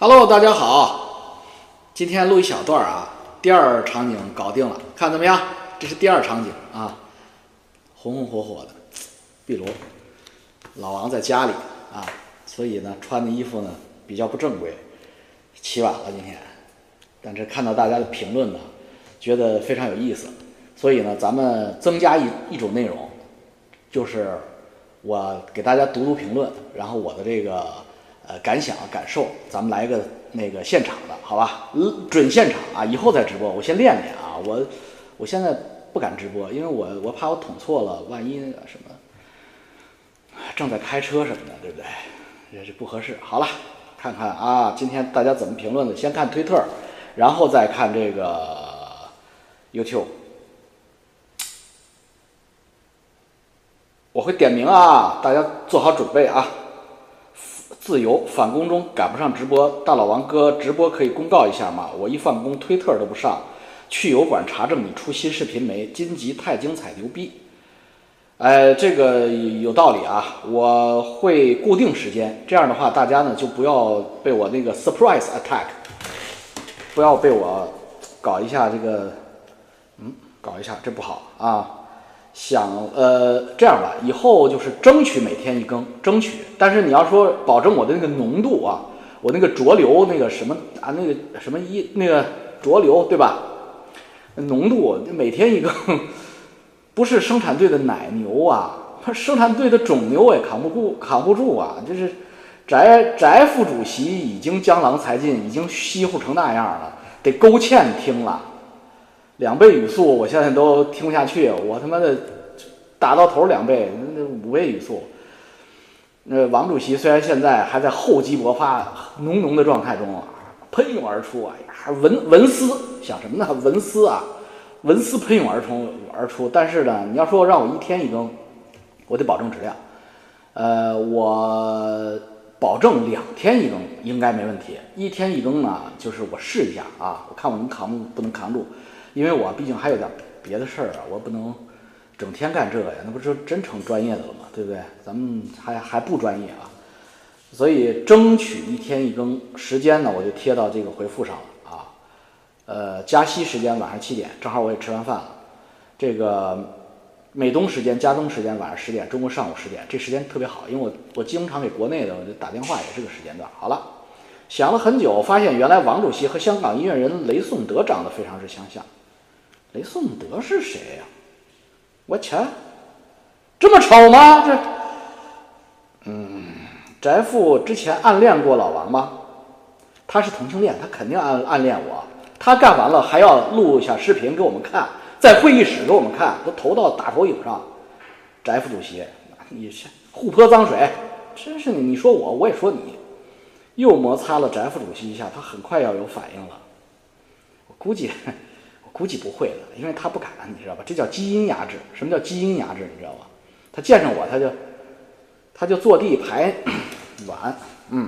Hello， 大家好，今天录一小段啊，第二场景搞定了，看怎么样？这是第二场景啊，红红火火的壁炉，老王在家里啊，所以呢穿的衣服呢比较不正规，起晚了今天，但是看到大家的评论呢，觉得非常有意思，所以呢咱们增加一种内容，就是我给大家读评论，然后我的这个感想感受，咱们来个那个现场的，好吧？准现场啊，以后再直播，我先练练啊。我现在不敢直播，因为我怕我捅错了，万一那个什么正在开车什么的，对不对？这不合适。好了，看看啊，今天大家怎么评论的？先看推特，然后再看这个 YouTube。我会点名啊，大家做好准备啊。自由返工中赶不上直播，大老王哥直播可以公告一下吗？我一放工推特都不上，去油管查证你出新视频没？金吉太精彩牛逼！这个有道理啊，我会固定时间，这样的话大家呢就不要被我那个 surprise attack， 不要被我搞一下这个，搞一下这不好啊。想这样吧，以后就是争取每天一更，争取。但是你要说保证我的那个浓度啊，我那个浊流那个什么啊，那个什么那个浊流对吧？浓度每天一更，不是生产队的奶牛啊，生产队的肿瘤也扛不住啊！就是翟副主席已经江郎才尽，已经稀乎成那样了，得勾芡听了。2倍语速，我现在都听不下去，我他妈的打到头2倍，那5倍语速。王主席虽然现在还在厚积薄发、浓浓的状态中啊，喷涌而出啊，文思想什么呢？文思啊，文思喷涌而出。但是呢，你要说让我1天一更，我得保证质量。我保证2天一更应该没问题。1天一更呢，就是我试一下啊，我看我能不能扛住。因为我毕竟还有点别的事儿啊，我不能整天干这个呀，那不是真成专业的了吗？对不对？咱们还不专业啊，所以争取1天一更，时间呢我就贴到这个回复上了啊。加西时间晚上7点，正好我也吃完饭了。这个美东时间、加东时间晚上10点，中国上午10点，这时间特别好，因为我经常给国内的我就打电话，也是个时间段。好了，想了很久，发现原来王主席和香港音乐人雷颂德长得非常之相像。雷颂德是谁呀？我去，这么丑吗？翟父之前暗恋过老王吗？他是同性恋，他肯定暗恋我。他干完了还要录一下视频给我们看，在会议室给我们看，都投到大投影上。翟副主席，你互泼脏水，真是你说我也说你，又摩擦了翟副主席一下，他很快要有反应了。我估计不会的，因为他不敢，你知道吧？这叫基因压制。什么叫基因压制？你知道吧？他见着我，他就坐地排碗，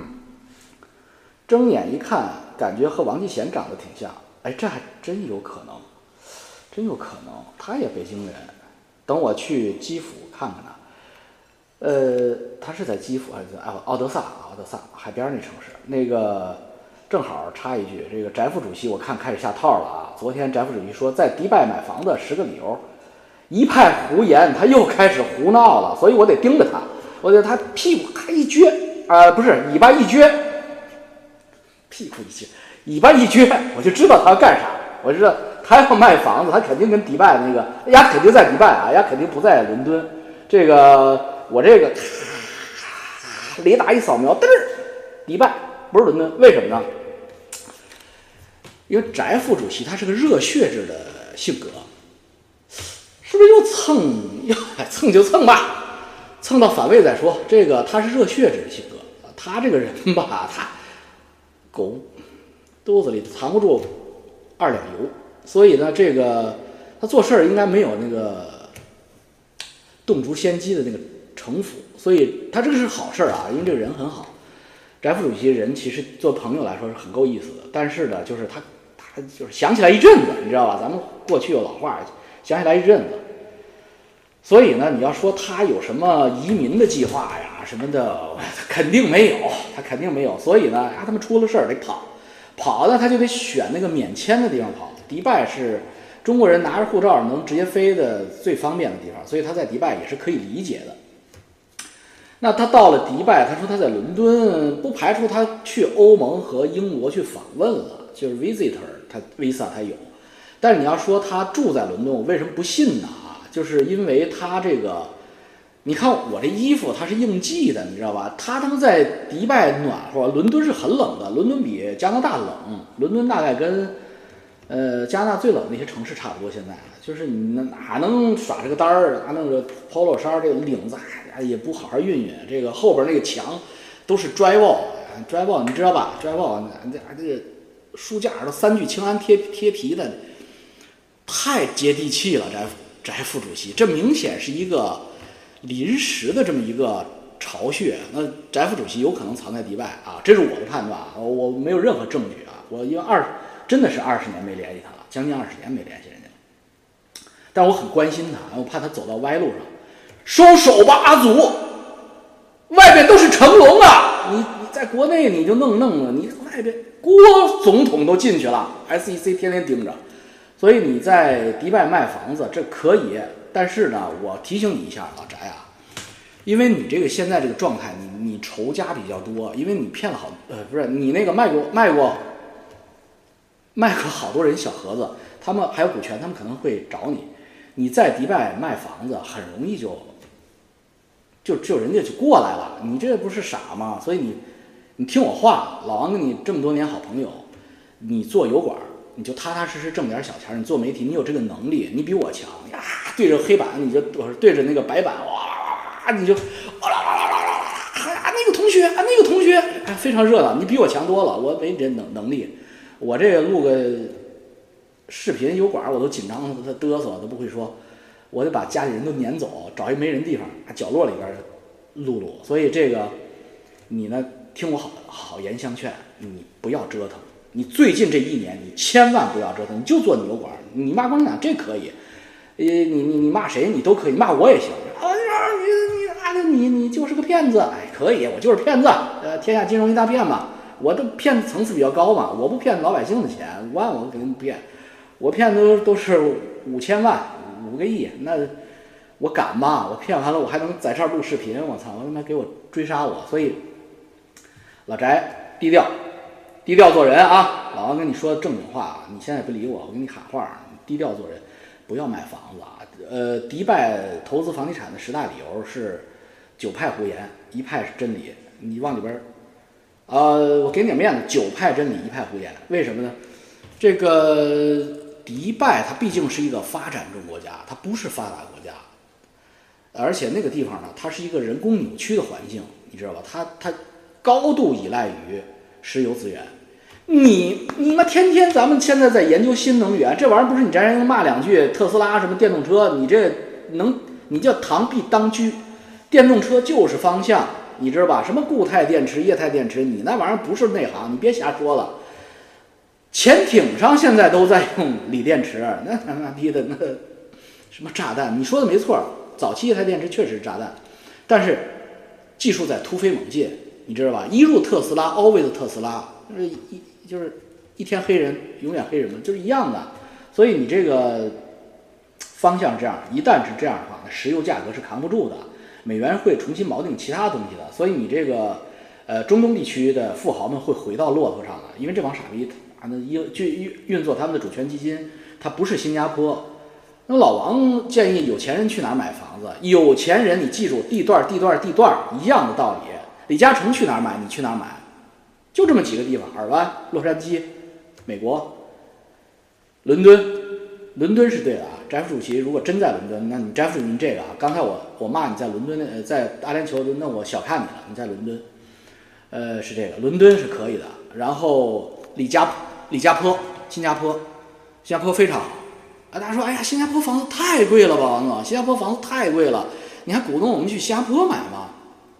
睁眼一看，感觉和王继贤长得挺像。这还真有可能，他也北京人。等我去基辅看看他。他是在基辅还是在奥德萨海边那城市？那个。正好插一句，这个翟副主席我看开始下套了啊！昨天翟副主席说在迪拜买房的10个理由，一派胡言，他又开始胡闹了，所以我得盯着他。我觉得他屁股一撅，不是尾巴一撅，屁股一撅，尾巴一撅，我就知道他要干啥。我知道他要卖房子，他肯定跟迪拜那个，呀肯定在迪拜啊，呀肯定不在伦敦。这个我这个雷达一扫描，迪拜不是伦敦，为什么呢？因为翟副主席他是个热血制的性格，是不是又蹭就蹭吧，蹭到反胃再说。这个他是热血制的性格，他这个人吧，他狗肚子里藏不住2两油，所以呢，这个他做事应该没有那个动足先机的那个城府，所以他这个是好事啊，因为这个人很好。翟副主席人其实做朋友来说是很够意思的，但是呢，就是他就是想起来一阵子，你知道吧？咱们过去有老话，想起来一阵子。所以呢，你要说他有什么移民的计划呀， 什么的，肯定没有，他肯定没有。所以呢，他们出了事儿得跑呢，他就得选那个免签的地方跑。迪拜是中国人拿着护照能直接飞的最方便的地方，所以他在迪拜也是可以理解的。那他到了迪拜，他说他在伦敦，不排除他去欧盟和英国去访问了，就是 visitor， 他 visa 他有。但是你要说他住在伦敦，我为什么不信呢？就是因为他这个，你看我这衣服它是应季的，你知道吧？他们在迪拜暖和，伦敦是很冷的，伦敦比加拿大冷，伦敦大概跟加拿大最冷的一些城市差不多。现在就是你哪能耍这个单儿，拿那个 polo 衫这个领子也不好好熨，这个后边那个墙都是 drywall， 你知道吧 ？drywall 这个书架都3聚氰胺贴皮的，太接地气了。翟副主席，这明显是一个临时的这么一个巢穴。那翟副主席有可能藏在迪拜啊，这是我的判断啊，我没有任何证据啊。我因为真的是20年没联系他了，将近20年没联系人家了。但我很关心他，我怕他走到歪路上。收手吧，阿祖，外边都是成龙啊！你在国内你就弄了，你外边郭总统都进去了 ，SEC 天天盯着。所以你在迪拜卖房子这可以，但是呢，我提醒你一下，老翟啊，因为你这个现在这个状态，你仇家比较多，因为你骗了不是你那个卖过好多人小盒子，他们还有股权，他们可能会找你。你在迪拜卖房子很容易就人家就过来了，你这不是傻吗？所以你听我话，老王跟你这么多年好朋友，你做油管。你就踏踏实实挣点小钱，你做媒体，你有这个能力，你比我强呀！对着黑板，你就对着那个白板，哇，你就哇啦啦啦啦啦，那个同学，非常热闹，你比我强多了，我没这能力，我这个录个视频油管，我都紧张的嘚瑟，都不会说，我得把家里人都撵走，找一没人地方，角落里边录，所以这个你呢，听我好言相劝，你不要折腾。你最近这1年，你千万不要折腾，你就做你油管，你骂共产党这可以，你骂谁你都可以，骂我也行啊！你就是个骗子，哎，可以，我就是骗子，天下金融一大骗嘛，我的骗子层次比较高嘛，我不骗老百姓的钱，5万我肯定不骗，我骗的都是5000万，5个亿，那我敢吗？我骗完了，我还能在这儿录视频，我操，我他妈给我追杀我，所以老翟低调做人啊！老王跟你说正经话，你现在不理我，我给你喊话，你低调做人，不要买房子啊！迪拜投资房地产的10大理由是9派胡言，1派是真理。你往里边，我给你点面子，9派真理，1派胡言。为什么呢？这个迪拜它毕竟是一个发展中国家，它不是发达国家，而且那个地方呢，它是一个人工扭曲的环境，你知道吧？它高度依赖于石油资源。你妈天天咱们现在在研究新能源，这玩意儿不是你沾人骂2句特斯拉什么电动车，你叫螳臂当车，电动车就是方向，你知道吧？什么固态电池、液态电池，你那玩意儿不是内行，你别瞎说了。潜艇上现在都在用锂电池，那他妈逼的那什么炸弹，你说的没错，早期液态电池确实是炸弹，但是技术在突飞猛进，你知道吧？一入特斯拉 ，always 特斯拉。就是一天黑人永远黑人嘛，就是一样的。所以你这个方向这样，一旦是这样的话，石油价格是扛不住的，美元会重新锚定其他东西的。所以你这个中东地区的富豪们会回到骆驼上的，因为这帮傻逼运作他们的主权基金，它不是新加坡。那老王建议有钱人去哪儿买房子？有钱人你记住地段一样的道理。李嘉诚去哪儿买，你去哪儿买？就这么几个地方，尔湾、洛杉矶、美国、伦敦是对的啊。翟副主席如果真在伦敦，那你翟副主席这个啊，刚才我骂你在伦敦，在阿联酋，那我小看你了，你在伦敦，是这个，伦敦是可以的。然后新加坡非常好啊。大家说，哎呀，新加坡房子太贵了吧，王总，新加坡房子太贵了，你还鼓动我们去新加坡买吗？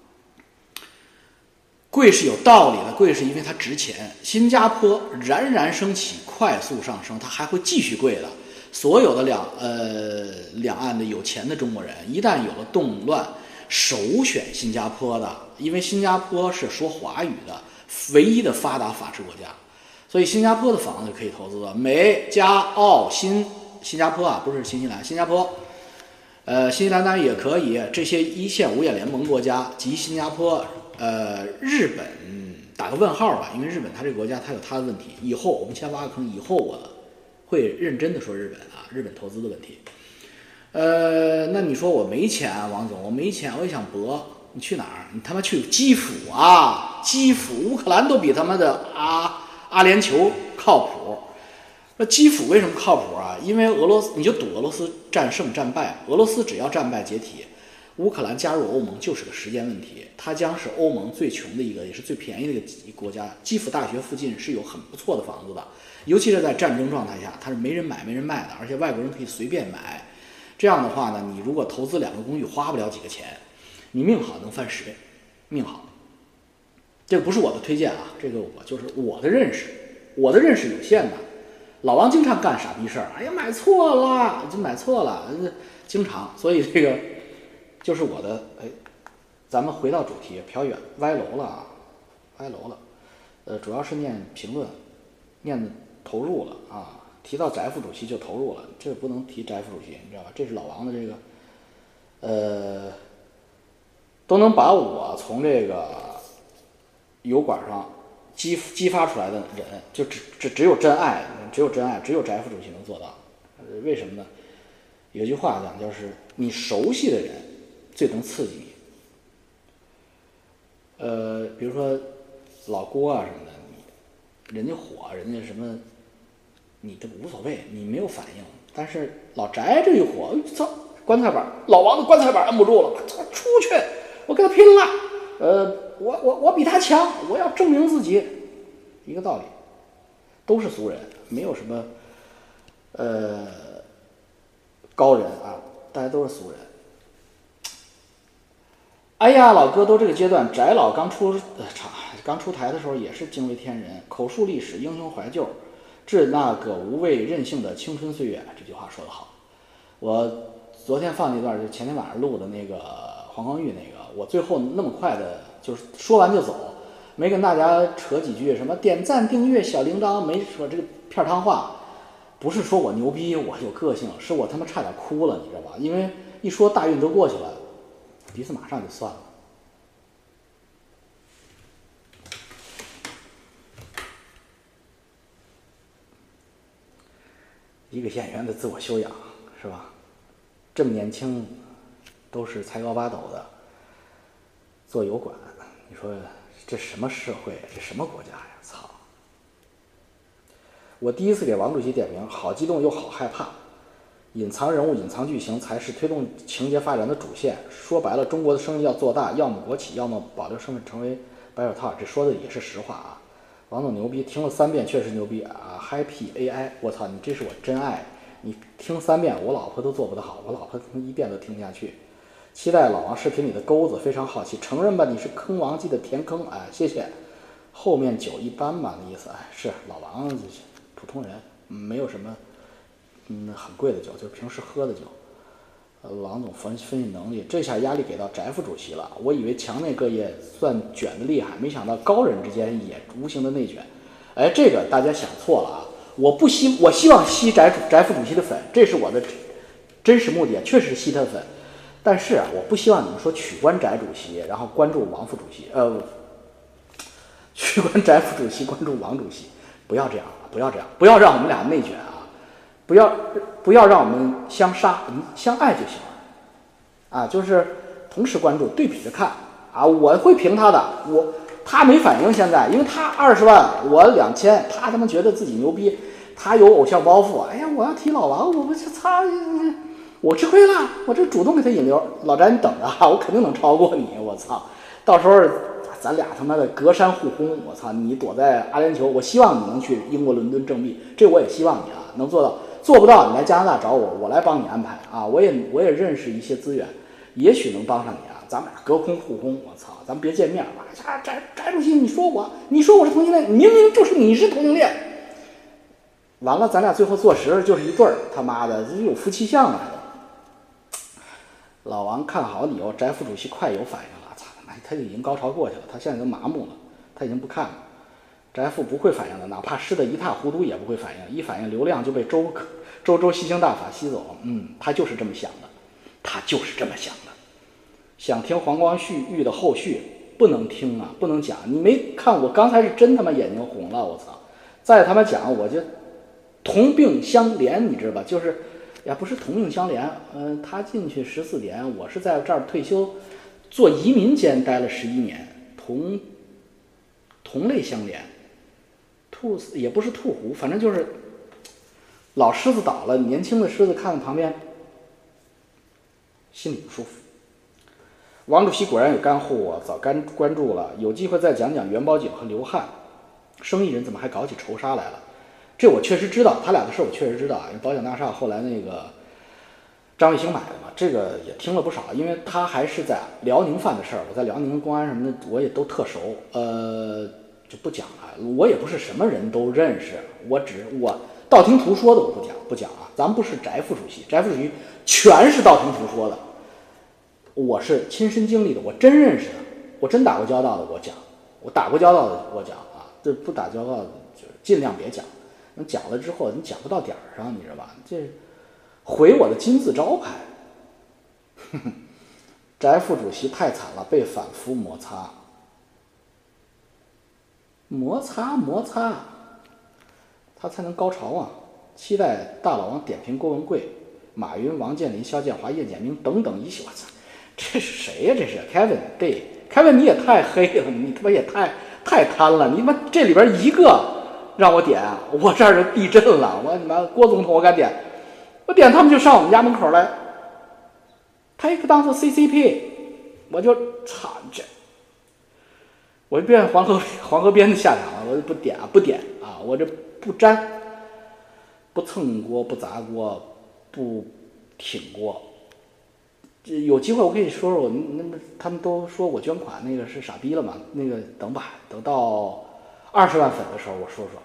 贵是有道理的，贵是因为它值钱。新加坡冉冉升起，快速上升，它还会继续贵的。所有的两岸的有钱的中国人，一旦有了动乱， 首选新加坡的，因为新加坡是说华语的唯一的发达法治国家，所以新加坡的房子可以投资的。美加澳新加坡啊，不是新西兰，新加坡，新西兰当然也可以。这些一线五眼联盟国家及新加坡，日本打个问号吧，因为日本它这个国家它有它的问题。以后我们先挖个坑，以后我会认真的说日本啊，日本投资的问题。那你说我没钱啊，王总，我没钱，我也想博，你去哪儿？你他妈去基辅啊！基辅，乌克兰都比他妈的阿联酋靠谱。那基辅为什么靠谱啊？因为俄罗斯，你就赌俄罗斯战胜战败，俄罗斯只要战败解体，乌克兰加入欧盟就是个时间问题。它将是欧盟最穷的一个，也是最便宜的一个国家。基辅大学附近是有很不错的房子的，尤其是在战争状态下，它是没人买没人卖的，而且外国人可以随便买。这样的话呢，你如果投资2个公寓花不了几个钱，你命好能翻10倍，命好。这个不是我的推荐啊，这个就是我的认识，我的认识有限的。老王经常干傻逼事儿，哎呀买错了，就买错了，经常。所以这个就是我的，咱们回到主题，飘远歪楼了啊，歪楼了。主要是念评论，念的投入了啊。提到翟副主席就投入了，这不能提翟副主席，你知道吧？这是老王的这个，都能把我从这个油管上激发出来的人，就只有真爱，只有真爱，只有翟副主席能做到。为什么呢？有句话讲，就是你熟悉的人最能刺激你。比如说老郭啊什么的，人家火，人家什么。你都无所谓，你没有反应。但是老翟这一火，操，棺材板，老王的棺材板摁不住了，操，出去，我跟他拼了。我比他强，我要证明自己，一个道理，都是俗人，没有什么高人啊，大家都是俗人。哎呀，老哥都这个阶段，翟老刚出台的时候也是惊为天人，口述历史，英雄怀旧。致那个无畏任性的青春岁月，这句话说得好。我昨天放那段，就前天晚上录的那个黄光裕那个，我最后那么快的，就是说完就走，没跟大家扯几句什么点赞、订阅、小铃铛，没说这个片汤话。不是说我牛逼，我有个性，是我他妈差点哭了，你知道吧？因为一说大运都过去了，鼻子马上就酸了。一个演员的自我修养是吧？这么年轻，都是才高八斗的，做油管，你说这什么社会？这什么国家呀？操！我第一次给王主席点名，好激动又好害怕。隐藏人物、隐藏剧情才是推动情节发展的主线。说白了，中国的生意要做大，要么国企，要么保留身份成为白手套。这说的也是实话啊。王总牛逼，听了3遍确实牛逼啊 ！Happy AI， 我操，你这是我真爱！你听3遍，我老婆都做不得好，我老婆1遍都听不下去。期待老王视频里的钩子，非常好奇，承认吧，你是坑王，记得填坑，哎，谢谢。后面酒一般吧，那意思，哎，是老王普通人，没有什么很贵的酒，就是平时喝的酒。王总分析能力，这下压力给到翟副主席了。我以为墙内各业算卷的厉害，没想到高人之间也无形的内卷。哎，这个大家想错了啊！我希望吸翟副主席的粉，这是我的真实目的，确实吸他的粉。但是啊，我不希望你们说取关翟主席，然后关注王副主席，取关翟副主席，关注王主席，不要这样，不要这样，不要让我们俩内卷啊！不要让我们相杀，相爱就行了，啊，就是同时关注，对比着看啊。我会评他的，他没反应现在，因为他20万，我2000，他他妈觉得自己牛逼，他有偶像包袱。哎呀，我要提老王，我操，我吃亏了，我这主动给他引流。老翟你等着啊，我肯定能超过你，我操，到时候咱俩他妈的隔山互轰，我操，你躲在阿联酋，我希望你能去英国伦敦正币，这我也希望你啊能做到。做不到，你来加拿大找我，我来帮你安排啊！我也认识一些资源，也许能帮上你啊！咱们俩隔空互轰，我操！咱们别见面吧！翟主席，你说我是同性恋，明明就是你是同性恋。完了，咱俩最后坐实了就是一对儿，他妈的这有夫妻相啊！ 老王看好你哦，翟副主席快有反应了，操他妈，他就已经高潮过去了，他现在都麻木了，他已经不看了。翟副不会反应的，哪怕湿得一塌糊涂也不会反应，一反应流量就被周吸星大法吸走。他就是这么想的，他就是这么想的。想听黄光裕的后续，不能听啊，不能讲。你没看我刚才是真他妈眼睛红了，我操！再他妈讲我就同病相怜，你知道吧？就是也不是同病相怜，他进去14年，我是在这儿退休，做移民监待了11年，同类相怜。也不是兔虎，反正就是老狮子倒了，年轻的狮子看在旁边，心里不舒服。王主席果然有干货，我早关注了，有机会再讲讲元宝井和刘汉，生意人怎么还搞起仇杀来了？这我确实知道，他俩的事我确实知道啊。因为保险大厦后来那个张卫星买的嘛，这个也听了不少，因为他还是在辽宁犯的事儿，我在辽宁公安什么的我也都特熟，就不讲了。我也不是什么人都认识，我道听途说的我不讲啊。咱们不是翟副主席，翟副主席全是道听途说的，我是亲身经历的，我真认识的，我真打过交道的我讲，我打过交道的我讲啊，这不打交道的就尽量别讲。你讲了之后你讲不到点儿上，你知道吧？这毁我的金字招牌。翟副主席太惨了，被反复摩擦，他才能高潮啊！期待大老王点评郭文贵、马云、王健林、肖建华、叶简明等等一系。我操，这是谁呀？这是 Kevin， 对 Kevin， 你也太黑了，你他妈也太贪了！你他妈这里边一个让我点，我这儿就地震了。我你妈郭总统我敢点，我点他们就上我们家门口来，他一个当做 CCP， 我就操这。我就变黄河边的下场了，我就不点啊，我这不沾，不蹭锅，不砸锅，不挺锅。这有机会我跟你说说，他们都说我捐款那个是傻逼了嘛？那个等等20万粉的时候我说说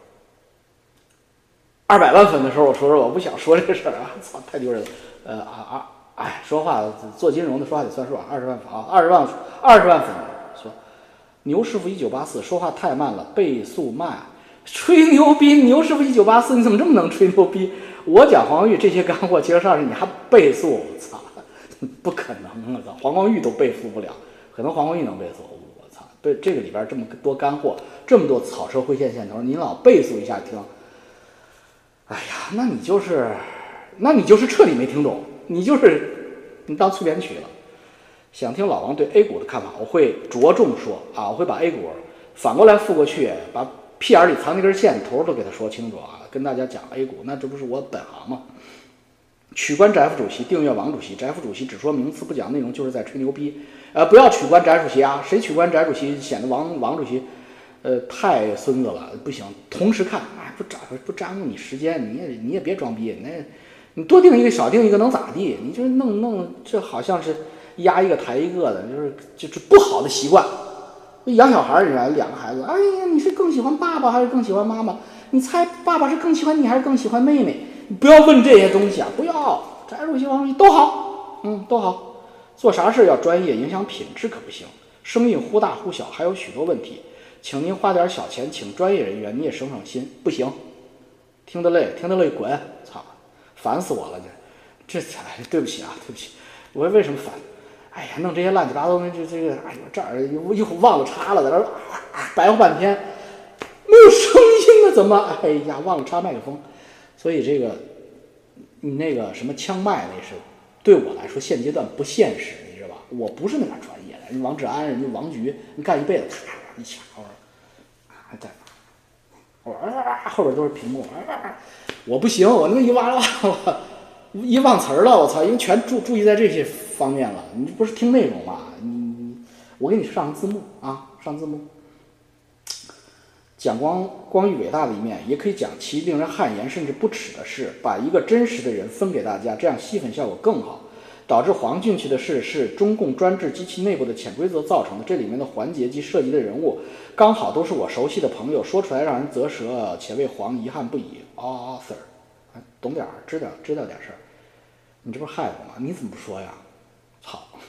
，200万粉的时候我说说，我不想说这个事儿啊，操，太丢人了。说话做金融的说话得算数啊，20万粉啊，20万粉说。牛师傅1984说话太慢了，倍速慢，吹牛逼！牛师傅1984，你怎么这么能吹牛逼？我讲黄光裕这些干货，接着上去你还倍速，我操，不可能！我操，黄光裕都倍速不了，可能黄光裕能倍速，我操！对，这个里边这么多干货，这么多草蛇灰线线头，你老倍速一下听，哎呀，那你就是彻底没听懂，你当催眠曲了。想听老王对 A 股的看法，我会着重说啊，我会把 A 股反过来覆过去，把屁眼里藏那根线头都给他说清楚啊，跟大家讲 A 股，那这不是我本行吗？取关翟副主席，订阅王主席，翟副主席只说名词不讲内容，就是在吹牛逼。不要取关翟主席啊，谁取关翟主席显得王主席太孙子了，不行，同时看，不耽误你时间，你也别装逼，你多订一个少订一个能咋地？你就弄这好像是压一个抬一个的，就是不好的习惯。养小孩人家2个孩子，哎呀，你是更喜欢爸爸还是更喜欢妈妈？你猜爸爸是更喜欢你还是更喜欢妹妹？你不要问这些东西啊！不要，翟主席、王主席都好，都好。做啥事要专业，影响品质可不行。生意忽大忽小，还有许多问题，请您花点小钱请专业人员，你也省心。不行，听得累滚！操，烦死我了！这对不起啊，对不起，我为什么烦？哎呀，弄这些乱七八糟的，这个，哎呦，这儿一会儿忘了插了，在这白活半天，没有声音了，怎么？哎呀，忘了插麦克风，所以这个你那个什么枪麦那是对我来说现阶段不现实，你知道吧？我不是那点专业的，人王志安，人家王局，你干一辈子，咔一掐，在后边都是屏幕，我不行，我那么一忘词儿了，我操！因为全注意在这些方面了。你不是听内容吗？我给你上字幕啊，上字幕。讲光裕伟大的一面，也可以讲其令人汗颜甚至不耻的事，把一个真实的人分给大家，这样吸粉效果更好。导致黄进去的事是中共专制机器内部的潜规则造成的，这里面的环节及涉及的人物，刚好都是我熟悉的朋友，说出来让人啧舌，且为黄遗憾不已。Sir， 懂点儿，知道点事儿。你这不是害我吗？你怎么不说呀？操！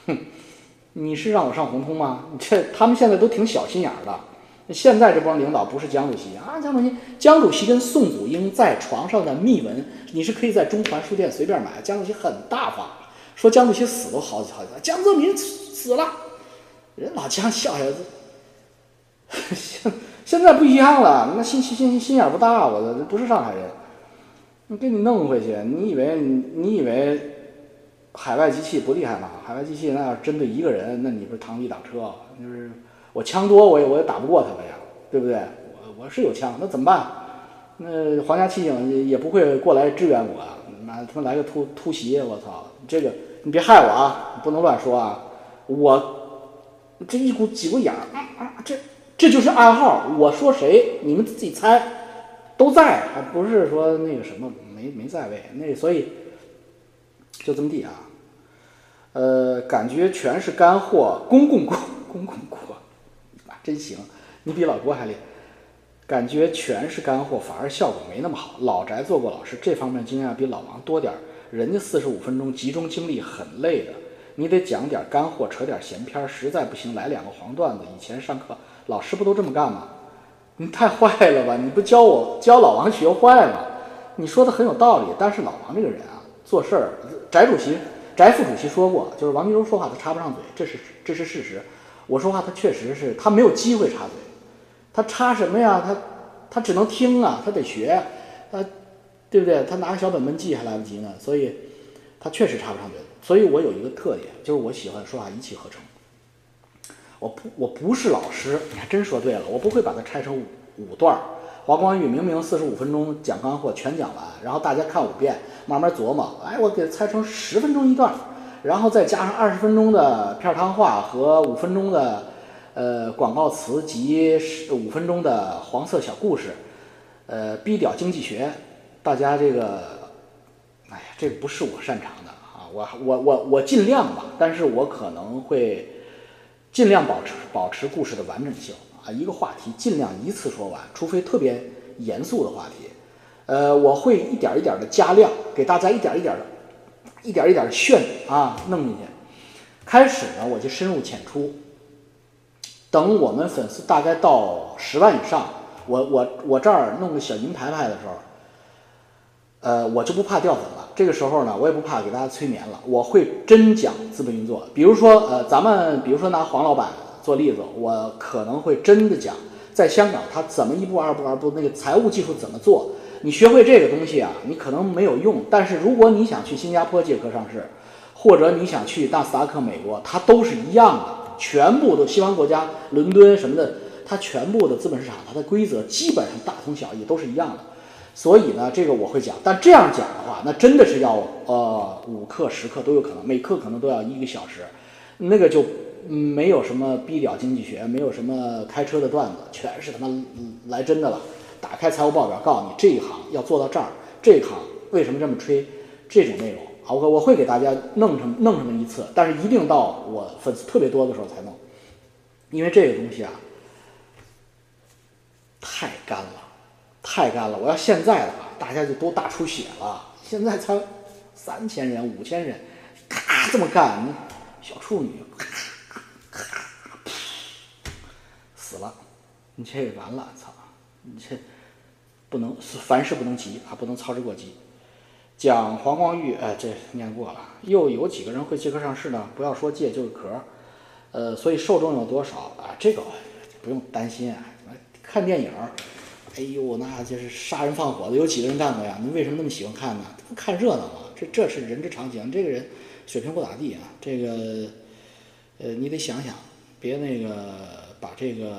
你是让我上红通吗？他们现在都挺小心眼的。现在这帮领导不是江主席啊，江主席跟宋祖英在床上的密文，你是可以在中环书店随便买。江主席很大方，说江主席死都好几次，江泽民死了，人老江笑笑子。现在不一样了，那心眼不大，我不是上海人，给你弄回去，你以为海外机器不厉害吗？海外机器那要针对一个人，那你不是螳臂挡车？就是我枪多，我也打不过他们呀，对不对？我是有枪，那怎么办？那皇家骑警也不会过来支援我啊！妈，他们来个突袭，我操！这个你别害我啊！你不能乱说啊！我这几股眼儿这就是暗号，我说谁你们自己猜，都在，还不是说那个什么没在位，那所以就这么地啊。感觉全是干货，公共锅，真行，你比老郭还厉害。感觉全是干货，反而效果没那么好。老翟做过老师，这方面经验比老王多点，人家45分钟集中精力很累的，你得讲点干货，扯点闲篇，实在不行来2个黄段子。以前上课老师不都这么干吗？你太坏了吧！你不教老王学坏吗？你说的很有道理，但是老王这个人啊，做事儿，翟副主席说过，就是王金洲说话他插不上嘴，这是事实。我说话他确实是他没有机会插嘴，他插什么呀？他只能听啊，他得学，对不对？他拿个小本本记还来不及呢，所以他确实插不上嘴。所以我有一个特点，就是我喜欢说话一气呵成。我不是老师，你还真说对了，我不会把它拆成5段。黄光裕明明45分钟讲干货全讲完，然后大家看5遍，慢慢琢磨，我给它拆成10分钟一段，然后再加上20分钟的片汤话和5分钟的广告词及5分钟的黄色小故事，逼屌经济学，大家这个，这个不是我擅长的啊，我尽量吧，但是我可能会尽量保持故事的完整性啊，一个话题尽量一次说完，除非特别严肃的话题，我会一点一点的加量，给大家一点一点的炫啊弄进去。开始呢，我就深入浅出，等我们粉丝大概到10万以上，我这儿弄个小银牌的时候，我就不怕掉粉了。这个时候呢，我也不怕给大家催眠了，我会真讲资本运作。比如说，咱们比如说拿黄老板做例子，我可能会真的讲，在香港他怎么1步2步那个财务技术怎么做。你学会这个东西啊，你可能没有用，但是如果你想去新加坡借壳上市，或者你想去纳斯达克美国，它都是一样的，全部的西方国家，伦敦什么的，它全部的资本市场，它的规则基本上大同小异，都是一样的。所以呢，这个我会讲，但这样讲的话，那真的是要5课10课都有可能，每课可能都要1个小时，那个就没有什么逼屌经济学，没有什么开车的段子，全是他妈来真的了。打开财务报表，告诉你这一行要做到这儿，这一行为什么这么吹，这种内容啊，我会给大家弄这么一次，但是一定到我粉丝特别多的时候才弄，因为这个东西啊太干了，我要现在的话，大家就都大出血了，现在才3000人5000人，咔这么干，小处女死了，你这完了，操，你这不能凡事不能急啊，不能操之过急。讲黄光裕，这念过了，又有几个人会借壳上市呢？不要说借就是壳，所以受众有多少啊？这个不用担心啊。看电影，哎呦，那就是杀人放火的，有几个人干过呀？你为什么那么喜欢看呢？不看热闹吗？这是人之常情。这个人水平不咋地啊，这个你得想想，别那个把这个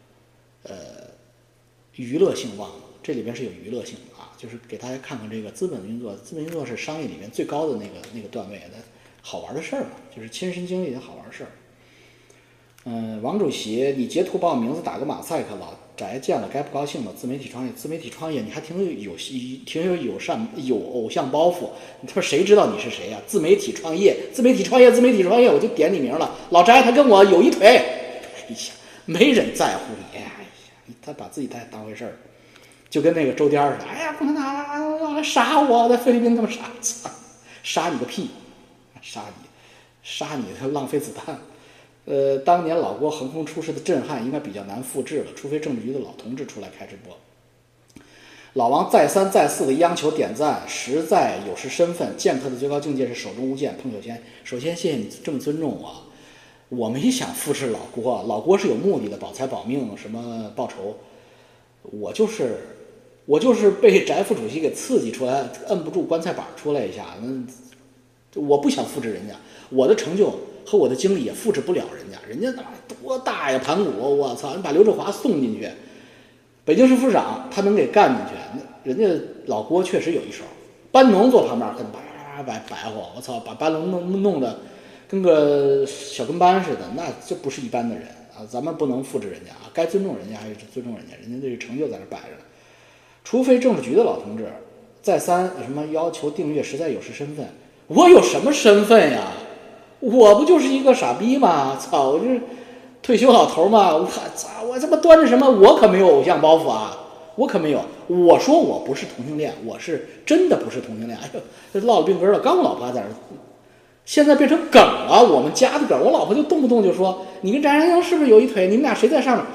娱乐性忘了。这里边是有娱乐性的啊，就是给大家看看这个资本运作。资本运作是商业里面最高的那个段位的好玩的事儿嘛，就是亲身经历的好玩的事儿。王主席，你截图把我名字打个马赛克，老翟见了该不高兴了。自媒体创业，你还挺有偶像包袱。你他妈谁知道你是谁呀？自媒体创业，我就点你名了。老翟他跟我有一腿，哎呀，没人在乎你。哎呀，他把自己太当回事儿，就跟那个周颠似的。哎呀，共产党要来杀我，在菲律宾这么杀，杀你个屁，杀你！ 杀你浪费子弹。当年老郭横空出世的震撼应该比较难复制了，除非政治局的老同志出来开直播。老王再三再四的央求点赞，实在有失身份。剑客的最高境界是手中无剑。彭秀仙，首先谢谢你这么尊重我，我没想复制老郭，老郭是有目的的，保财保命什么报仇，我就是被翟副主席给刺激出来，摁不住棺材板出来一下，我不想复制人家，我的成就和我的经历也复制不了人家，人家多大呀盘古，我操，你把刘志华送进去，北京市副市长他能给干进去，人家老郭确实有一手，班农坐旁边跟白活，我操，把班农弄得跟个小跟班似的，那这不是一般的人啊，咱们不能复制人家啊，该尊重人家还是尊重人家，人家这个成就在这摆着呢。除非政治局的老同志再三什么要求订阅，实在有失身份，我有什么身份呀？我不就是一个傻逼吗？操，我就是退休老头嘛！我操，我他妈端着什么？我可没有偶像包袱啊！我可没有。我说我不是同性恋，我是真的不是同性恋。哎呦，这落了病根了。刚我老婆在这，现在变成梗了，我们家的梗。我老婆就动不动就说：“你跟翟山鹰是不是有一腿？你们俩谁在上面？”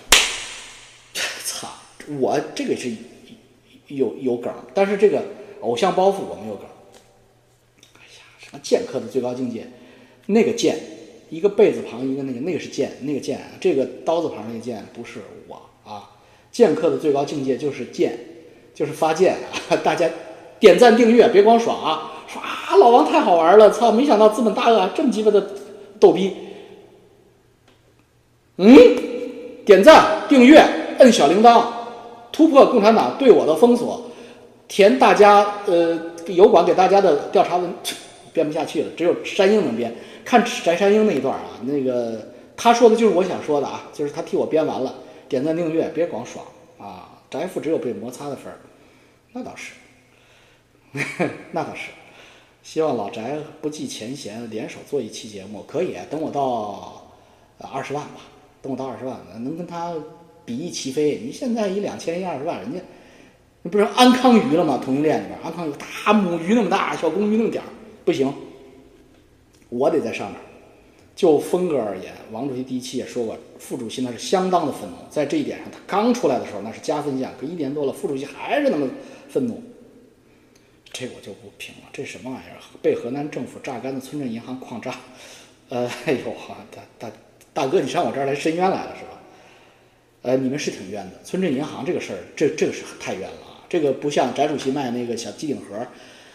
操，我这个是有梗，但是这个偶像包袱我没有梗。哎呀，什么剑客的最高境界？那个剑，一个贝字旁，一个那个是剑，那个剑，这个刀字旁那个剑不是我啊。剑客的最高境界就是剑，就是发剑啊！大家点赞订阅，别光爽啊！说啊，老王太好玩了，操！没想到资本大鳄这么鸡巴的逗逼。点赞订阅，摁小铃铛，突破共产党对我的封锁，填大家油管给大家的调查文，编不下去了，只有山鹰能编。看翟山鹰那一段啊，那个他说的就是我想说的啊，就是他替我编完了，点赞订阅，别光爽啊！翟父只有被摩擦的份儿，那倒是，那倒是。希望老翟不计前嫌，联手做一期节目，可以等我到20万吧，等我到20万，能跟他比翼齐飞。你现在1、2000、120万，人家那不是安康鱼了吗？同性恋里边，安康鱼大母鱼那么大，小公鱼那么点儿，不行。我得在上面。就风格而言，王主席第一期也说过，副主席那是相当的愤怒，在这一点上，他刚出来的时候那是加分项，可1年多了，副主席还是那么愤怒，这我就不评了。这什么玩意儿？被河南政府榨干的村镇银行矿渣，哎呦啊，大哥，你上我这儿来申冤来了是吧？你们是挺冤的。村镇银行这个事儿，这个是太冤了啊！这个不像翟主席卖那个小机顶盒，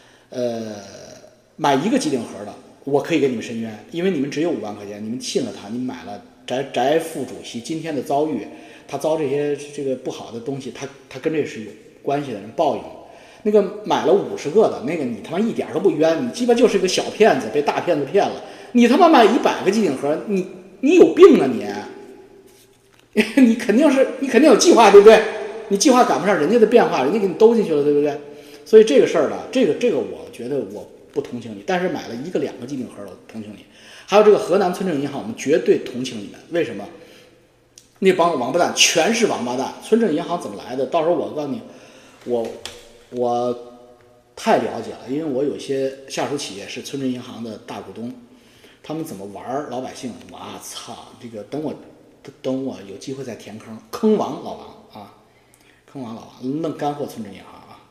买一个机顶盒的。我可以给你们申冤，因为你们只有5万块钱，你们信了他，你买了翟副主席今天的遭遇，他遭这个不好的东西，他跟这是有关系的人报应。那个买了50个的那个，你他妈一点都不冤，你鸡巴就是个小骗子，被大骗子骗了。你他妈买100个机顶盒，你有病啊你！你肯定有计划，对不对？你计划赶不上人家的变化，人家给你兜进去了，对不对？所以这个事儿呢，这个我觉得我不同情你，但是买了1个、2个机顶盒的同情你。还有这个河南村镇银行，我们绝对同情你们。为什么？那帮王八蛋全是王八蛋。村镇银行怎么来的？到时候我告诉你，我太了解了，因为我有些下属企业是村镇银行的大股东，他们怎么玩老百姓？我操，这个等我有机会再填坑王老王啊，坑王老王弄干货村镇银行啊。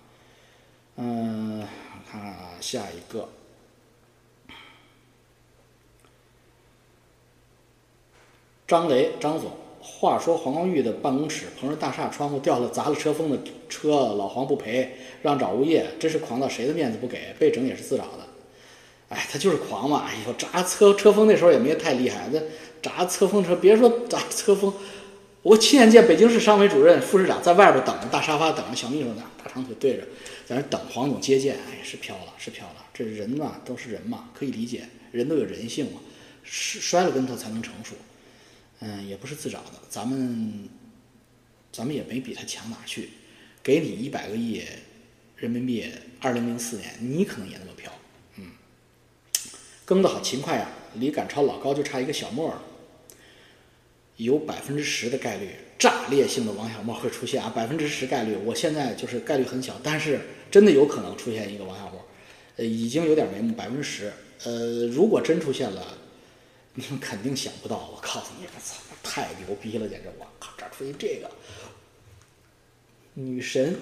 我看看啊，下一个。张雷张总，话说黄光裕的办公室鹏润大厦窗户掉了，砸了车风的车，老黄不赔，让找物业，这是狂到谁的面子不给？被整也是自找的。哎，他就是狂嘛！哎呦，砸车风那时候也没太厉害，那砸车风车，别说砸车风，我亲眼见北京市商委主任、副市长在外边等着，大沙发等着，小秘书呢，大长腿对着，在那等黄总接见。哎，是飘了。这人嘛，都是人嘛，可以理解，人都有人性嘛，摔了跟头才能成熟。也不是自找的，咱们也没比他强哪去。给你100个亿人民币，2004年你可能也那么飘。耕得好勤快呀，离赶超老高就差一个小沫了。有10%的概率，炸裂性的王小沫会出现啊！10%概率，我现在就是概率很小，但是真的有可能出现一个王小沫，已经有点眉目，10%。 如果真出现了，你们肯定想不到。我告诉你，我操，太牛逼了，简直！我靠，这儿出现这个女神，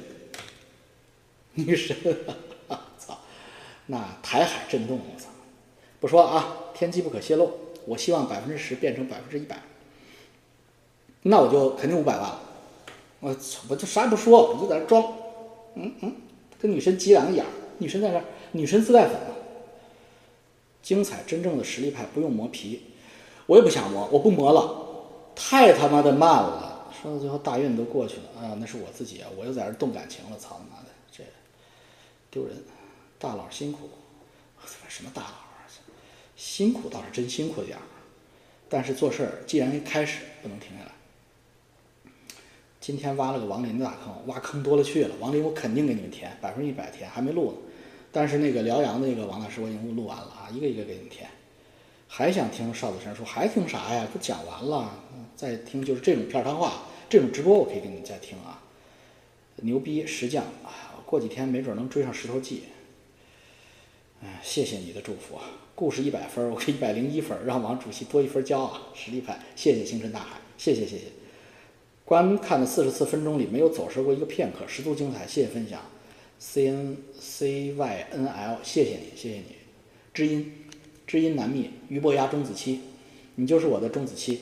操！那台海震动，我操！不说啊，天机不可泄露。我希望10%变成100%，那我就肯定500万了。我就啥也不说，我就在这装，跟女神急两个眼儿。女神在这儿，女神自带粉了。精彩，真正的实力派不用磨皮，我也不想磨，我不磨了，太他妈的慢了。说到最后，大运都过去了啊，那是我自己啊，我又在这动感情了，操他妈的，这丢人！大佬辛苦，什么大佬啊？辛苦倒是真辛苦点儿，但是做事儿既然一开始不能停下来。今天挖了个王林的大坑，挖坑多了去了。王林我肯定给你们填，100%填，还没录呢。但是那个辽阳那个王大师我已经录完了啊，一个一个给你们填。还想听邵子晨说，还听啥呀？不讲完了，再听就是这种片汤话，这种直播我可以给你们再听啊。牛逼石匠，过几天没准能追上石头记。谢谢你的祝福，故事100分，我给101分，让王主席多1分骄傲，实力派，谢谢星辰大海，谢谢。观看的44分钟里没有走神过一个片刻，十足精彩，谢谢分享。CNCYNL， 谢谢你。知音难觅，俞伯牙钟子期，你就是我的钟子期。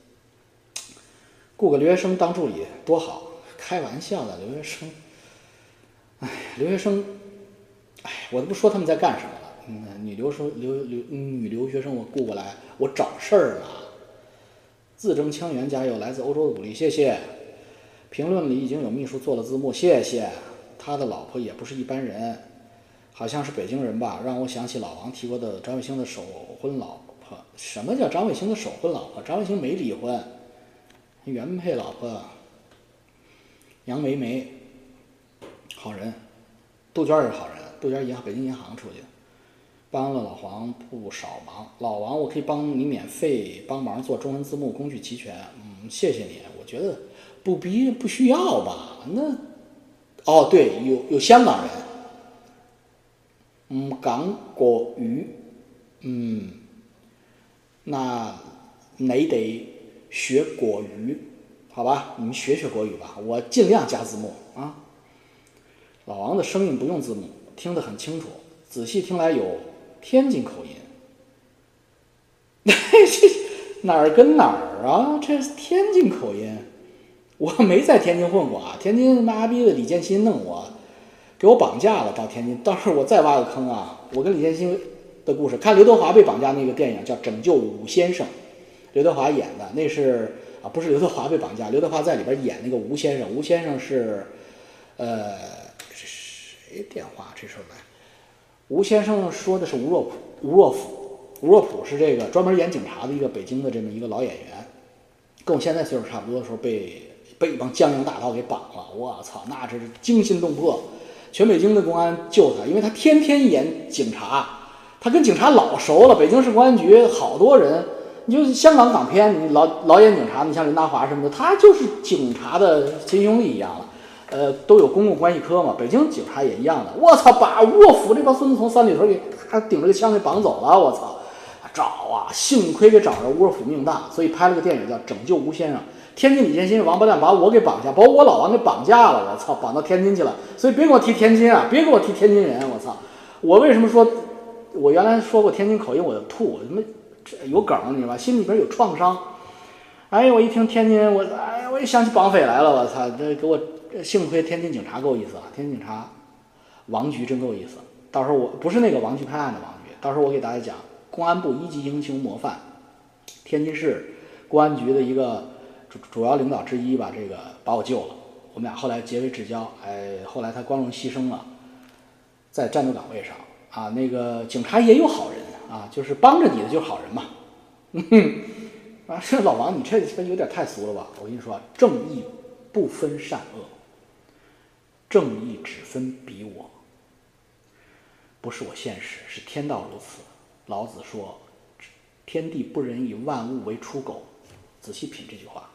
雇个留学生当助理多好，开玩笑的留学生。留学生，我都不说他们在干什么了。女留学生我雇过来，我找事儿了。字正腔圆，加油！来自欧洲的鼓励，谢谢。评论里已经有秘书做了字幕，谢谢。他的老婆也不是一般人，好像是北京人吧，让我想起老王提过的张卫星的首婚老婆。什么叫张卫星的首婚老婆？张卫星没离婚，原配老婆杨梅梅，好人。杜鹃也是好人，杜鹃北京银行出去的，帮了老黄不少忙。老王，我可以帮你免费帮忙做中文字幕，工具齐全。谢谢你。我觉得不需要吧？对，有香港人，港國語，那你得學國語，好吧？你们学國語吧，我尽量加字幕啊。老王的声音不用字幕，听得很清楚，仔细听来有天津口音。哪儿跟哪儿啊？这是天津口音，我没在天津混过啊！天津妈逼的李建新弄我，给我绑架了到天津。到时候我再挖个坑啊！我跟李建新的故事，看刘德华被绑架那个电影叫《拯救吴先生》，刘德华演的，那是不是刘德华被绑架？刘德华在里边演那个吴先生，吴先生是谁电话这时候来？吴先生说的是吴若甫是这个专门演警察的一个北京的这么一个老演员，跟我现在岁数差不多的时候被一帮江洋大盗给绑了。我操，那真是惊心动魄，全北京的公安救他，因为他天天演警察，他跟警察老熟了。北京市公安局好多人，你就香港港片，你老演警察，你像任达华什么的，他就是警察的亲兄弟一样了。都有公共关系科嘛，北京警察也一样的。我操，把吴若甫这帮孙子从三里屯给他顶着个枪给绑走了。我操，找啊，幸亏给找着，吴若甫命大，所以拍了个电影叫《拯救吴先生》。天津李建新王八蛋把我给绑架，把我老王给绑架了。我操，绑到天津去了。所以别给我提天津啊，别给我提天津人。我操，我为什么说，我原来说过天津口音我就吐，什么有梗你知道吧？心里边有创伤。我一听天津，我一想起绑匪来了。我操，这给我。幸亏天津警察够意思啊！天津警察王局真够意思。到时候我不是那个王局拍案的王局，到时候我给大家讲公安部1级英雄模范，天津市公安局的一个主要领导之一吧，这个把我救了。我们俩后来结为至交，后来他光荣牺牲了，在战斗岗位上啊。那个警察也有好人啊，就是帮着你的就是好人嘛。这老王你这有点太俗了吧？我跟你说，正义不分善恶。正义只分彼我，不是我现实，是天道如此。老子说：“天地不仁，以万物为刍狗。”仔细品这句话。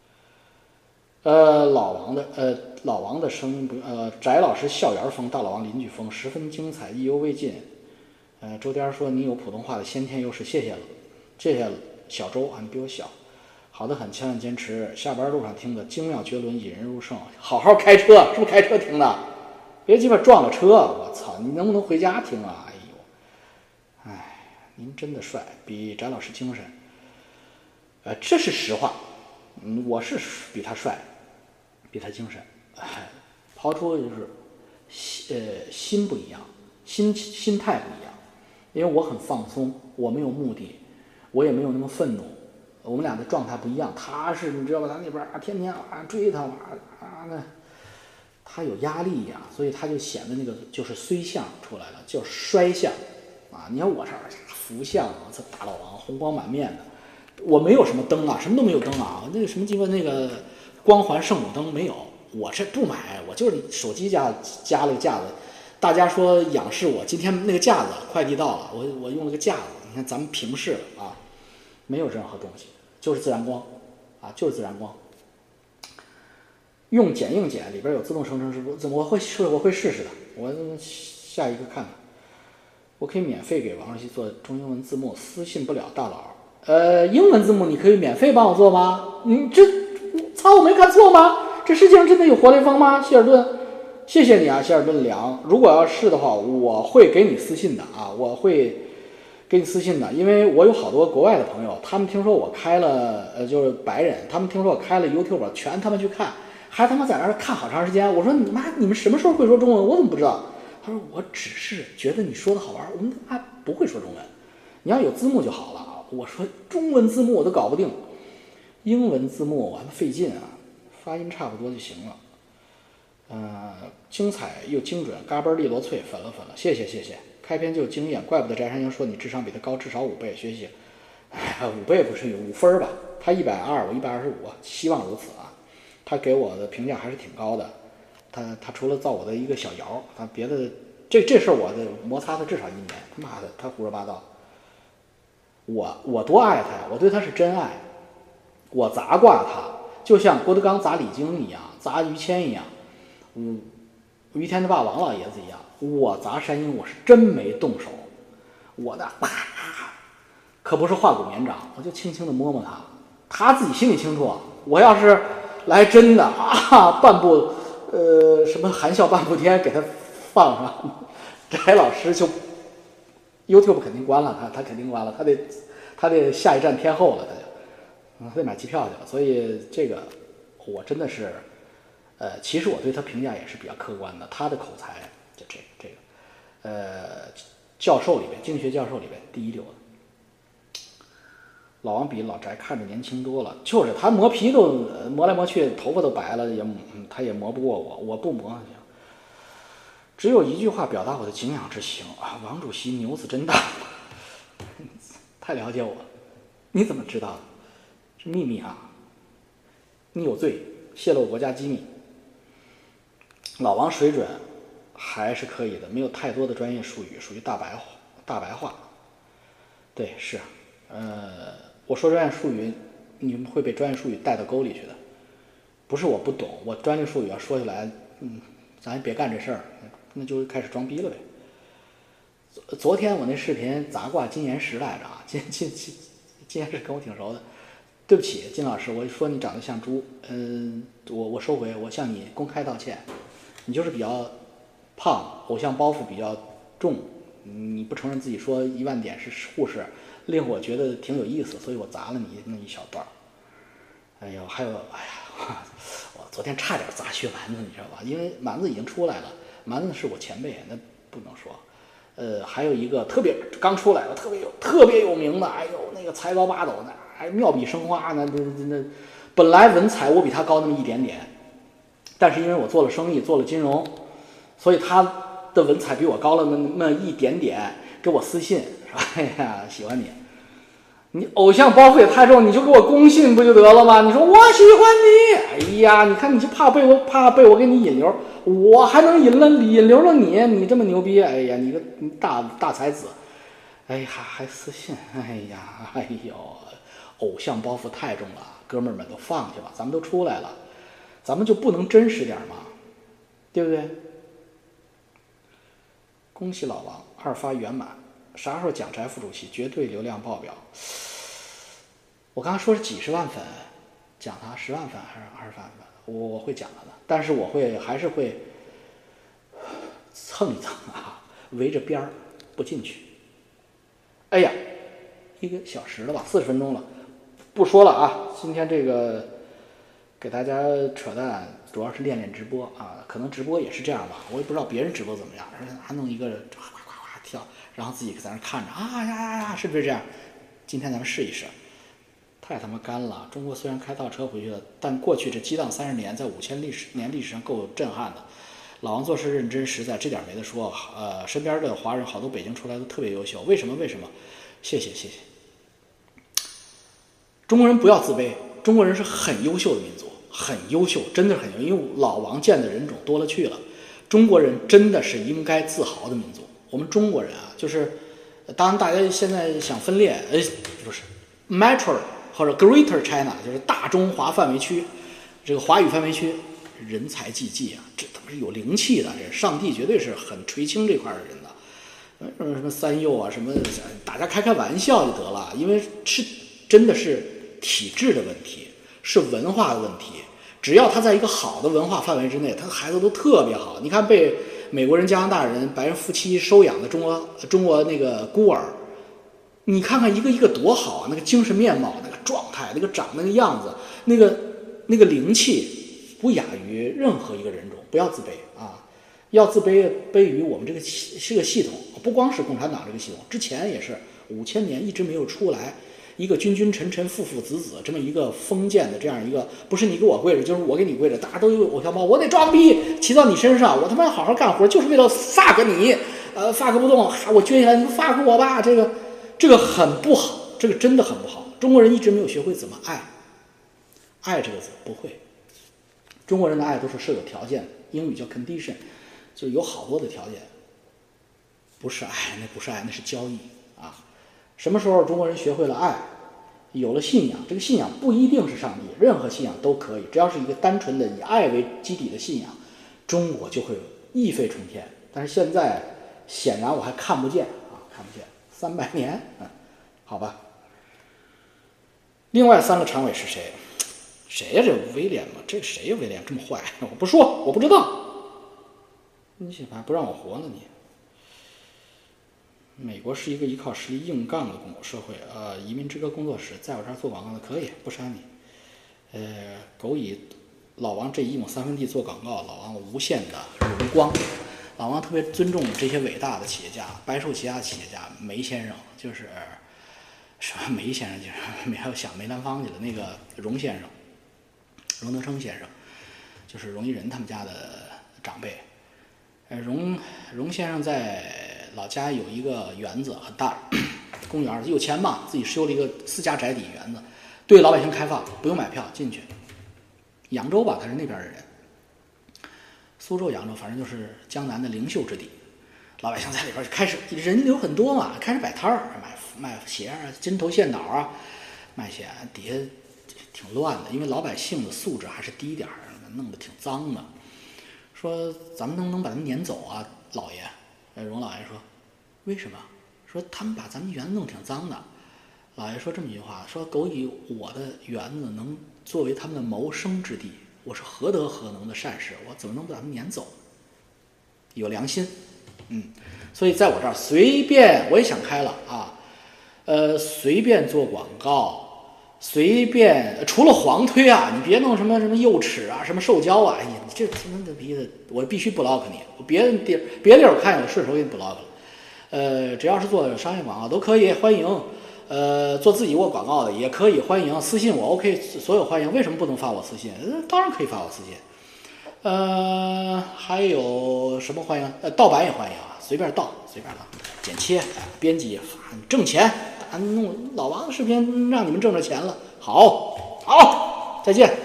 老王的声音不翟老师校园风，大老王邻居风，十分精彩，意犹未尽。 周颠说你有普通话的先天优势，谢谢了，谢谢小周啊，你比我小。好的很，千万坚持。下班路上听的精妙绝伦，引人入胜。好好开车，是不是开车听的？别鸡巴撞了车，我操！你能不能回家听啊？哎呦，哎，您真的帅，比翟老师精神。这是实话。我是比他帅，比他精神。抛出就是心不一样，心态不一样。因为我很放松，我没有目的，我也没有那么愤怒。我们俩的状态不一样，他是你知道吧？他那边天天追他那他有压力呀，所以他就显得那个就是衰相出来了，叫衰相啊。你看我这儿福相啊，这大老王红光满面的，我没有什么灯啊，什么都没有灯啊，那个什么鸡巴那个光环圣母灯没有，我这不买，我就是手机加了个架子。大家说仰视我，今天那个架子快递到了，我用了个架子，你看咱们平视了啊，没有任何东西。就是自然光，啊，就是自然光。用剪映剪里边有自动生成直播，我会试试的。我下一个看看。我可以免费给王若曦做中英文字幕，私信不了大佬。英文字幕你可以免费帮我做吗？你这操，我没看错吗？这世界上真的有活雷锋吗？希尔顿，谢谢你啊，希尔顿良。如果要是的话，我会给你私信的啊，我会。给你私信的，因为我有好多国外的朋友，他们听说我开了，就是白人，他们听说我开了 YouTube， 全他们去看，还他妈在那儿看好长时间。我说你妈，你们什么时候会说中文？我怎么不知道？他说我只是觉得你说的好玩，我们还不会说中文，你要有字幕就好了啊。我说中文字幕我都搞不定，英文字幕我还费劲啊，发音差不多就行了。精彩又精准，嘎嘣利落脆，粉了，谢谢。开篇就有经验，怪不得翟山鹰说你智商比他高至少5倍，学习。5倍不是5分吧？他120，我125，希望如此啊。他给我的评价还是挺高的。他除了造我的一个小谣，他别的这事我的摩擦他至少1年。他妈的，他胡说八道。我多爱他呀！我对他是真爱。我砸挂他，就像郭德纲砸李菁一样，砸于谦一样，于天的爸王老爷子一样。我砸山鹰，我是真没动手，我的可不是化骨绵掌，我就轻轻的摸摸他，他自己心里清楚。我要是来真的半步什么含笑半步天给他放上，翟老师就 YouTube 肯定关了，他肯定关了，他得下一站天后了，他得买机票去了。所以这个我真的是其实我对他评价也是比较客观的，他的口才。就这个，教授里边，经济学教授里边第一流的。老王比老翟看着年轻多了，就是他磨皮都磨来磨去，头发都白了，他也磨不过我，我不磨行。只有一句话表达我的敬仰之情啊！王主席牛子真大，太了解我了，你怎么知道的？是秘密啊！你有罪，泄露国家机密。老王水准还是可以的，没有太多的专业术语，属于大白话。对，是，我说专业术语，你们会被专业术语带到沟里去的。不是我不懂，我专业术语要说起来，咱也别干这事儿，那就开始装逼了呗。昨天我那视频砸挂金岩石来着啊，金岩石跟我挺熟的。对不起，金老师，我说你长得像猪，我收回，我向你公开道歉。你就是比较胖，偶像包袱比较重，你不承认自己说10000点是护士，令我觉得挺有意思，所以我砸了你那一小段。哎呦，还有，我昨天差点砸薛蛮子，你知道吧？因为蛮子已经出来了，蛮子是我前辈，那不能说。还有一个刚出来的特别有名的，哎呦，那个才高八斗的，还妙笔生花那本来文采我比他高那么一点点。但是因为我做了生意，做了金融，所以他的文采比我高了那么一点点，给我私信说：“哎呀，喜欢你，你偶像包袱也太重，你就给我公信不就得了吗？你说我喜欢你，哎呀，你看你就怕被我给你引流，我还能引流了你这么牛逼，哎呀，你个大才子，哎呀还私信，哎呦，偶像包袱太重了，哥们儿们都放弃吧，咱们都出来了。”咱们就不能真实点吗？对不对？恭喜老王2发圆满， 啥时候讲柴副主席绝对流量爆表？我刚刚说是几十万粉，讲他10万粉还是20万粉，我会讲他的，但是我还是会蹭一蹭啊，围着边儿不进去。哎呀，1个小时了吧，40分钟了，不说了啊。今天这个给大家扯淡，主要是练练直播啊，可能直播也是这样吧，我也不知道别人直播怎么样，还弄一个哗哗哗哗跳，然后自己在那看着啊呀，是不是这样？今天咱们试一试。太他妈干了！中国虽然开倒车回去了，但过去这激荡30年，在5000年历史上够震撼的。老王做事认真实在，这点没得说。身边的华人好多北京出来都特别优秀，为什么？谢谢。中国人不要自卑，中国人是很优秀的民族，很优秀，真的很优秀。因为老王见的人种多了去了，中国人真的是应该自豪的民族。我们中国人啊，就是当然大家现在想分裂，不是 metro。或者 Greater China 就是大中华范围区，这个华语范围区人才济济啊，这他妈是有灵气的，这上帝绝对是很垂青这块的人的。什么三幼啊，什么大家开玩笑就得了，因为真的是体制的问题，是文化的问题。只要他在一个好的文化范围之内，他的孩子都特别好。你看被美国人、加拿大人、白人夫妻收养的中国那个孤儿，你看看一个一个多好啊，那个精神面貌，那个状态，那个长那个样子，那个灵气，不亚于任何一个人种。不要自卑啊，要自卑于我们这个系统，不光是共产党这个系统，之前也是5000年一直没有出来一个君君臣臣父父子子这么一个封建的这样一个，不是你给我跪着就是我给你跪着，大家都有偶像包，我得装逼骑到你身上，我他妈好好干活就是为了 fuck 你，fuck 不动，我撅起来你 fuck 我吧，这个很不好，这个真的很不好。中国人一直没有学会怎么爱这个字不会。中国人的爱都是设有条件的，英语叫 condition， 就有好多的条件。不是爱，那不是爱，那是交易啊。什么时候中国人学会了爱，有了信仰，这个信仰不一定是上帝，任何信仰都可以，只要是一个单纯的以爱为基底的信仰，中国就会一飞冲天。但是现在显然我还看不见300年，好吧。另外3个常委是谁？谁呀？这威廉吗？这谁呀？威廉这么坏？我不说，我不知道。你还不让我活呢你？美国是一个依靠实力硬杠的社会移民之歌工作室在我这儿做广告的可以不删你。狗以老王这1亩3分地做广告，老王无限的荣光。老王特别尊重这些伟大的企业家，白手起家的企业家，梅先生就是什么梅先生，就是没有想梅兰芳去了，那个荣先生，荣德生先生，就是荣一人他们家的长辈。荣先生在老家有一个园子，很大公园，有钱嘛，自己修了一个私家宅邸园子，对老百姓开放，不用买票进去。扬州吧，他是那边的人。苏州、扬州，反正就是江南的灵秀之地，老百姓在里边就开始人流很多嘛，开始摆摊儿，卖鞋啊，针头线脑啊，卖鞋，底下挺乱的，因为老百姓的素质还是低点儿，弄得挺脏的。说咱们能不能把他们撵走啊，老爷？荣老爷说，为什么？说他们把咱们园子弄挺脏的。老爷说这么一句话，说狗以我的园子能作为他们的谋生之地，我是何德何能的善士，我怎么能把他们撵走？有良心，所以在我这儿随便，我也想开了啊，随便做广告，随便除了黄推啊，你别弄什么幼齿啊，什么受教啊，哎呀，你这他妈的逼的，我必须 block 你，别地儿看有顺手给你 block 了，只要是做商业广告都可以，欢迎。做自己做广告的也可以，欢迎私信我 OK， 所有欢迎。为什么不能发我私信？当然可以发我私信。还有什么欢迎？盗版也欢迎啊，随便盗，剪切，编辑发挣钱，弄老王的视频让你们挣着钱了。好，再见。